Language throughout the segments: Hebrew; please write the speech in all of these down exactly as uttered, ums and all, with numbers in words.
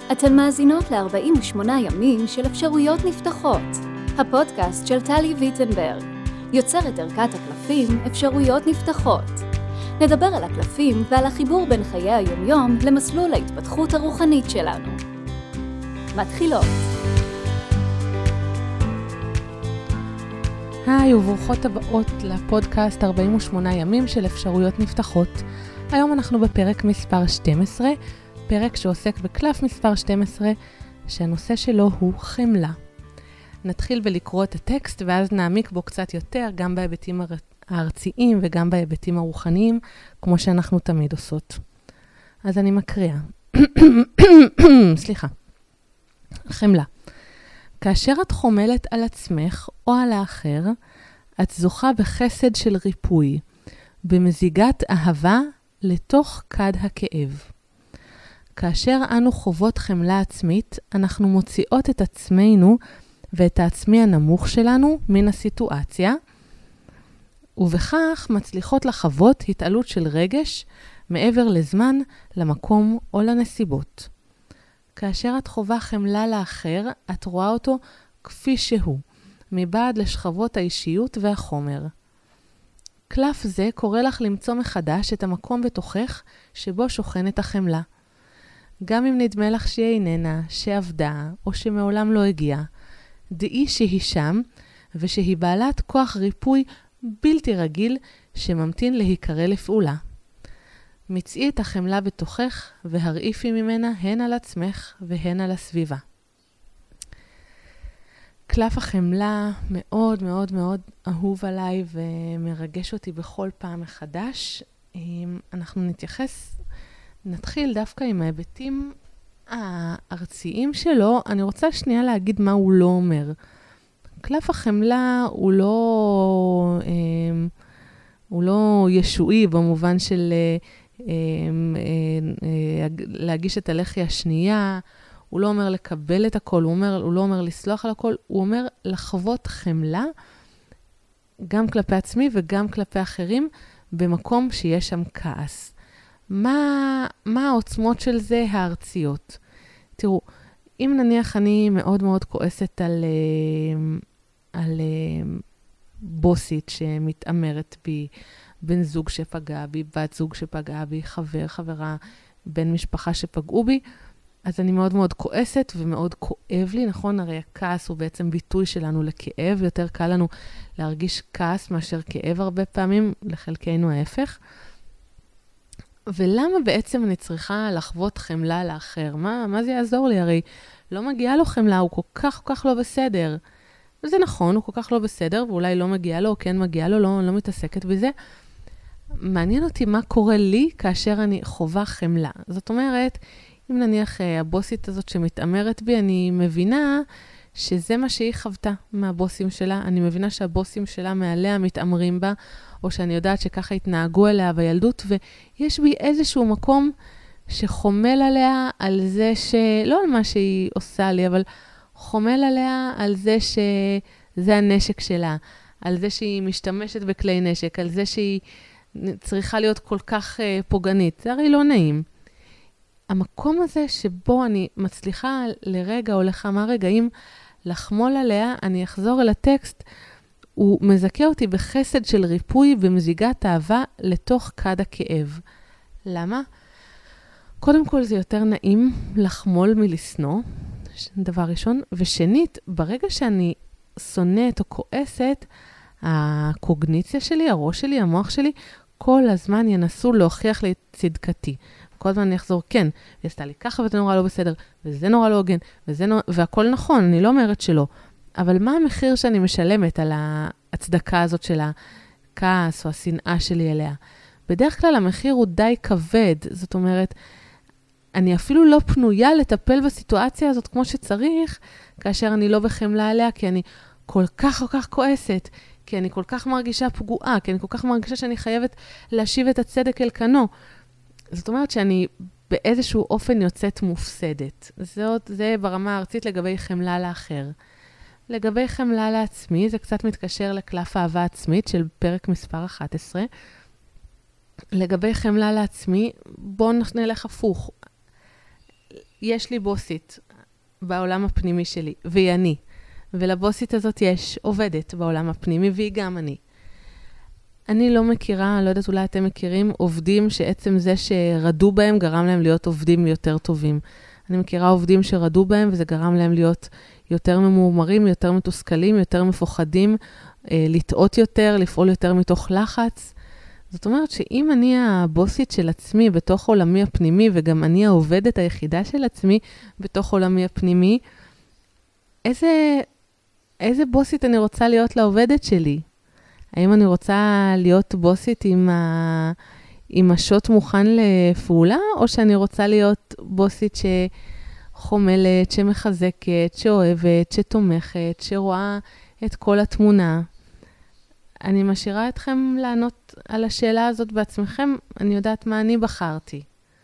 אתן מאזינות ל-ארבעים ושמונה ימים של אפשרויות נפתחות, הפודקאסט של טלי ויטנברג, יוצרת ערכת הקלפים אפשרויות נפתחות. נדבר על הקלפים ועל החיבור בין חיי היומיום למסלול ההתפתחות הרוחנית שלנו. מתחילות. היי וברוכות הבאות לפודקאסט ארבעים ושמונה ימים של אפשרויות נפתחות. היום אנחנו בפרק מספר שתים עשרה, פרק שעוסק בקלף מספר שתים עשרה, שהנושא שלו הוא חמלה. נתחיל בלקרוא את הטקסט ואז נעמיק בו קצת יותר, גם בהיבטים הארציים וגם בהיבטים הרוחניים, כמו שאנחנו תמיד עושות. אז אני מקריאה. סליחה. חמלה. כאשר את חומלת על עצמך או על האחר, את זוכה בחסד של ריפוי, במזיגת אהבה לתוך כד הכאב. כאשר אנו חוות חמלה עצמית, אנחנו מוציאות את עצמנו ואת העצמי הנמוך שלנו מן הסיטואציה, ובכך מצליחות לחוות התעלות של רגש מעבר לזמן, למקום או לנסיבות. כאשר את חובה חמלה לאחר, את רואה אותו כפי שהוא, מבעד לשכבות האישיות והחומר. קלף זה קורא לך למצוא מחדש את המקום בתוכך שבו שוכנת החמלה. גם אם נדמה לך שהיא איננה, שעבדה או שמעולם לא הגיעה, דעי שהיא שם ושהיא בעלת כוח ריפוי בלתי רגיל שממתין להיקרא לפעולה. מצאי את החמלה בתוכך והרעיפי ממנה הן על עצמך והן על הסביבה. קלף החמלה מאוד מאוד מאוד אהוב עליי ומרגש אותי בכל פעם מחדש. אנחנו נתייחס, נתחיל דווקא עם ההיבטים הארציים שלו. אני רוצה שנייה להגיד מה הוא לא אומר. קלף החמלה הוא לא, הוא לא ישועי במובן של להגיש את הלחי השנייה, הוא לא אומר לקבל את הכל, הוא, אומר, הוא לא אומר לסלוח על הכל, הוא אומר לחוות חמלה, גם כלפי עצמי וגם כלפי אחרים, במקום שיש שם כעס. מה, מה העוצמות של זה הארציות? תראו, אם נניח אני מאוד מאוד כועסת על, על בוסית שמתאמרת בי, בן זוג שפגע בי, בת זוג שפגעה בי, חבר, חברה, בן משפחה שפגעו בי, אז אני מאוד מאוד כועסת ומאוד כואב לי, נכון? הרי הכעס הוא בעצם ביטוי שלנו לכאב, יותר קל לנו להרגיש כעס מאשר כאב הרבה פעמים, לחלקנו ההפך. ולמה בעצם אני צריכה לחוות חמלה לאחר? מה, מה זה יעזור לי? הרי לא מגיעה לו חמלה, הוא כל כך כל כך לא בסדר. וזה נכון, הוא כל כך לא בסדר, ואולי לא מגיע לו, או כן מגיע לו, לא, לא מתעסקת בזה. מעניין אותי מה קורה לי כאשר אני חובה חמלה. זאת אומרת, אם נניח הבוסית הזאת שמתאמרת בי, אני מבינה שזה מה שהיא חוותה מהבוסים שלה. אני מבינה שהבוסים שלה מעליה מתאמרים בה, או שאני יודעת שככה התנהגו אליה בילדות, ויש בי איזשהו מקום שחומל עליה על זה שלא על מה שהיא עושה לי, אבל חומל עליה על זה שזה הנשק שלה, על זה שהיא משתמשת בכלי נשק, על זה שהיא צריכה להיות כל כך פוגענית. זה הרי לא נעים. המקום הזה שבו אני מצליחה לרגע או לכמה רגעים לחמול עליה, אני אחזור אל הטקסט, הוא מזכה אותי בחסד של ריפוי במזיגת אהבה לתוך כד הכאב. למה? קודם כל זה יותר נעים לחמול מלסנוע, דבר ראשון, ושנית, ברגע שאני שונאת או כועסת, הקוגניציה שלי, הראש שלי, המוח שלי, כל הזמן ינסו להוכיח לי את צדקתי. כל הזמן אני אחזור, כן, היא עשתה לי ככה וזה נורא לא בסדר, וזה נורא לא הוגן, וזה נורא, והכל נכון, אני לא אומרת שלא. אבל מה המחיר שאני משלמת על ההצדקה הזאת של הכעס או השנאה שלי אליה? בדרך כלל המחיר הוא די כבד, זאת אומרת, אני אפילו לא פנויה לטפל בסיטואציה הזאת כמו שצריך, כאשר אני לא בחמלה עליה, כי אני כל כך כל כך כועסת, כי אני כל כך מרגישה פגועה, כי אני כל כך מרגישה שאני חייבת להשיב את הצדק אל כנו. זאת אומרת שאני באיזשהו אופן יוצאת מופסדת. זאת, זה ברמה הארצית לגבי חמלה לאחר. לגבי חמלה לעצמי, זה קצת מתקשר לקלף אהבה עצמית של פרק מספר אחת עשרה. לגבי חמלה לעצמי, בואו נלך הפוך. יש לי בוסית בעולם הפנימי שלי, והיא אני. ולבוסית הזאת יש עובדת בעולם הפנימי, והיא גם אני. אני לא מכירה, לא יודעת, אולי אתם מכירים, עובדים שעצם זה שרדו בהם גרם להם להיות עובדים יותר טובים. אני מכירה עובדים שרדו בהם, וזה גרם להם להיות יותר ממורמרים, יותר מתוסכלים, יותר מפוחדים, אה, לטעות יותר, לפעול יותר מתוך לחץ. זאת אומרת שאם אני הבוסית של עצמי בתוך עולמי הפנימי, וגם אני העובדת היחידה של עצמי בתוך עולמי הפנימי, איזה, איזה בוסית אני רוצה להיות לעובדת שלי? האם אני רוצה להיות בוסית עם, ה... עם השוט מוכן לפעולה, או שאני רוצה להיות בוסית שחומלת, שמחזקת, שאוהבת, שתומכת, שרואה את כל התמונה? אני משאירה אתכם לענות על השאלה הזאת בעצמכם, אני יודעת מה אני בחרתי.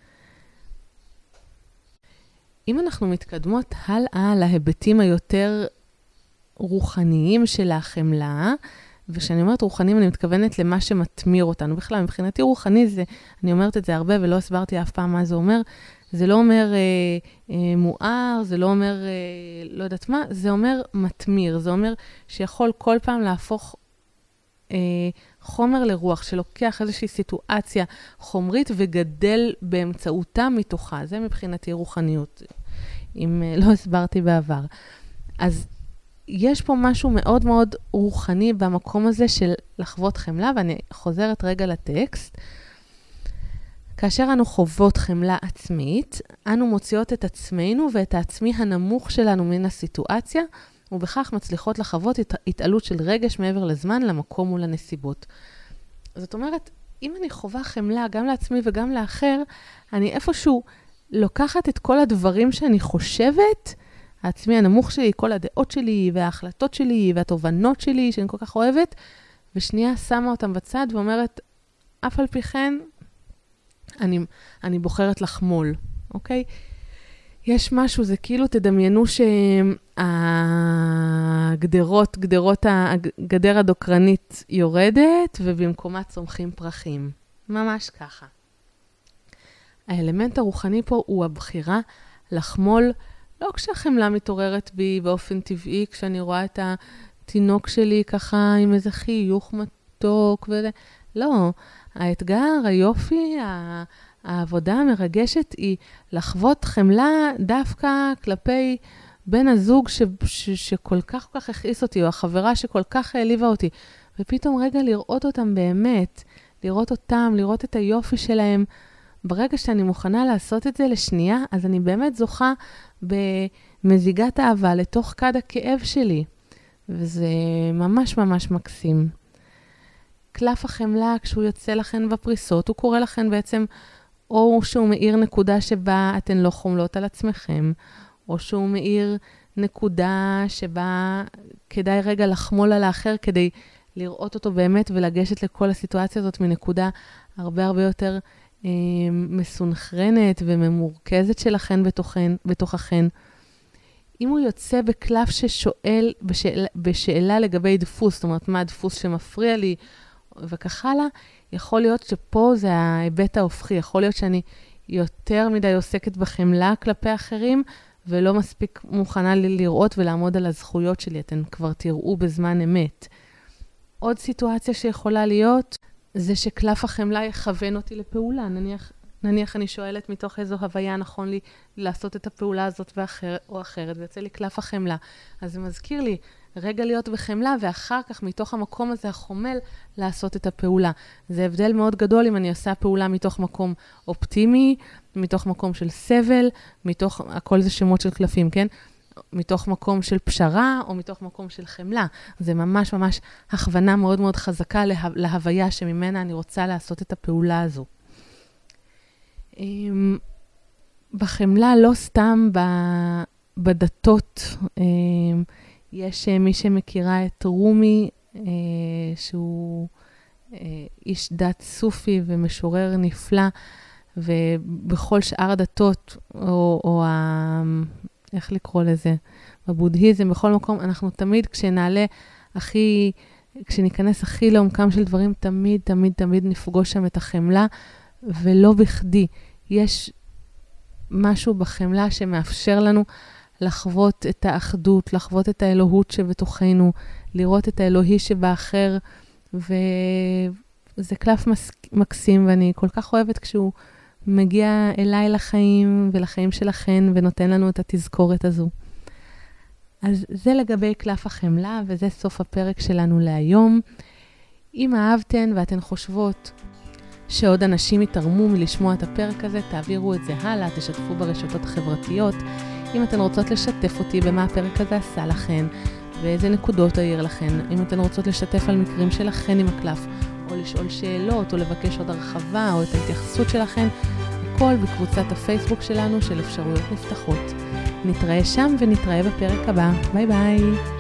אם אנחנו מתקדמות הלאה להיבטים היותר רוחניים של החמלה, וכשאני אומרת רוחניים, אני מתכוונת למה שמתמיר אותנו. בכלל, מבחינתי רוחני זה, אני אומרת את זה הרבה ולא הסברתי אף פעם מה זה אומר. זה לא אומר אה, אה, מואר, זה לא אומר אה, לא יודעת מה, זה אומר מתמיר. זה אומר שיכול כל פעם להפוך אה, חומר לרוח, שלוקח איזושהי סיטואציה חומרית וגדל באמצעותה מתוכה. זה מבחינתי רוחניות, אם אה, לא הסברתי בעבר. אז יש פה משהו מאוד מאוד רוחני במקום הזה של לחוות חמלה, ואני חוזרת רגע לטקסט. כאשר אנו חוות חמלה עצמית, אנו מוציאות את עצמנו ואת העצמי הנמוך שלנו מן הסיטואציה, ובכך מצליחות לחוות את התעלות של רגש מעבר לזמן, למקום ולנסיבות. זאת אומרת, אם אני חווה חמלה גם לעצמי וגם לאחר, אני איפשהו לוקחת את כל הדברים שאני חושבת, העצמי הנמוך שלי, כל הדעות שלי וההחלטות שלי והתובנות שלי שאני כל כך אוהבת, ושנייה שמה אותם בצד ואומרת, אף על פי כן, אני, אני בוחרת לחמול, אוקיי? יש משהו, זה כאילו תדמיינו שהגדרות, גדרות, הגדר הדוקרנית יורדת, ובמקומה צומחים פרחים. ממש ככה. האלמנט הרוחני פה הוא הבחירה לחמול, לא כשהחמלה מתעוררת בי באופן טבעי, כשאני רואה את התינוק שלי ככה עם איזה חיוך מתוק וזה. לא, האתגר, היופי, העבודה המרגשת היא לחוות חמלה דווקא כלפי בן הזוג ש, ש, שכל כך כל כך הכעיס אותי, או החברה שכל כך העליבה אותי. ופתאום רגע לראות אותם באמת, לראות אותם, לראות את היופי שלהם. ברגע שאני מוכנה לעשות את זה לשנייה, אז אני באמת זוכה במזיגת אהבה לתוך כד הכאב שלי. וזה ממש ממש מקסים. קלף החמלה, כשהוא יוצא לכן בפריסות, הוא קורא לכן בעצם, או שהוא מאיר נקודה שבה אתן לא חומלות על עצמכם, או שהוא מאיר נקודה שבה כדאי רגע לחמול על האחר, כדי לראות אותו באמת ולגשת לכל הסיטואציה הזאת מנקודה הרבה הרבה יותר אה, מסונכרנת וממורכזת שלכן בתוכן, בתוככן. אם הוא יוצא בקלף ששואל בשאל, בשאלה לגבי דפוס, זאת אומרת, מה הדפוס שמפריע לי, וכך הלאה, יכול להיות שפה זה ההיבט ההופכי, יכול להיות שאני יותר מדי עוסקת בחמלה כלפי אחרים, ולא מספיק מוכנה לי לראות ולעמוד על הזכויות שלי, אתן כבר תראו בזמן אמת. עוד סיטואציה שיכולה להיות, זה שקלף החמלה יכוון אותי לפעולה, נניח, נניח אני שואלת מתוך איזו הוויה נכון לי לעשות את הפעולה הזאת ואחר, או אחרת, ויוצא לי קלף החמלה. אז זה מזכיר לי רגע להיות בחמלה, ואחר כך מתוך המקום הזה החומל לעשות את הפעולה. זה הבדל מאוד גדול אם אני עושה פעולה מתוך מקום אופטימי, מתוך מקום של סבל, מתוך, הכל זה שמות של קלפים, כן? מתוך מקום של פשרה, או מתוך מקום של חמלה. זה ממש ממש הכוונה מאוד מאוד חזקה לה, להוויה שממנה אני רוצה לעשות את הפעולה הזו. בחמלה לא סתם בדתות, יש מי שמכירה את רומי, שהוא איש דת סופי ומשורר נפלא, ובכל שאר הדתות, או, או ה... איך לקרוא לזה? בבודהיזם, בכל מקום, אנחנו תמיד כשנעלה הכי, כשניכנס הכי לעומקם של דברים, תמיד, תמיד, תמיד נפגוש שם את החמלה, ולא בכדי. יש משהו בחמלה שמאפשר לנו לחוות את האחדות, לחוות את האלוהות שבתוכנו, לראות את האלוהי שבאחר, וזה קלף מקסים, ואני כל כך אוהבת כשהוא מגיע אליי לחיים ולחיים שלכן, ונותן לנו את התזכורת הזו. אז זה לגבי קלף החמלה, וזה סוף הפרק שלנו להיום. אם אהבתן ואתן חושבות שעוד אנשים יתרמו מלשמוע את הפרק הזה, תעבירו את זה הלאה, תשתפו ברשתות החברתיות. אם אתן רוצות לשתף אותי במה הפרק הזה עשה לכן, ואיזה נקודות העיר לכן, אם אתן רוצות לשתף על מקרים שלכן עם הקלף, או לשאול שאלות, או לבקש עוד הרחבה, או את ההתייחסות שלכן, הכל בקבוצת הפייסבוק שלנו של אפשרויות נפתחות. נתראה שם ונתראה בפרק הבא. ביי ביי.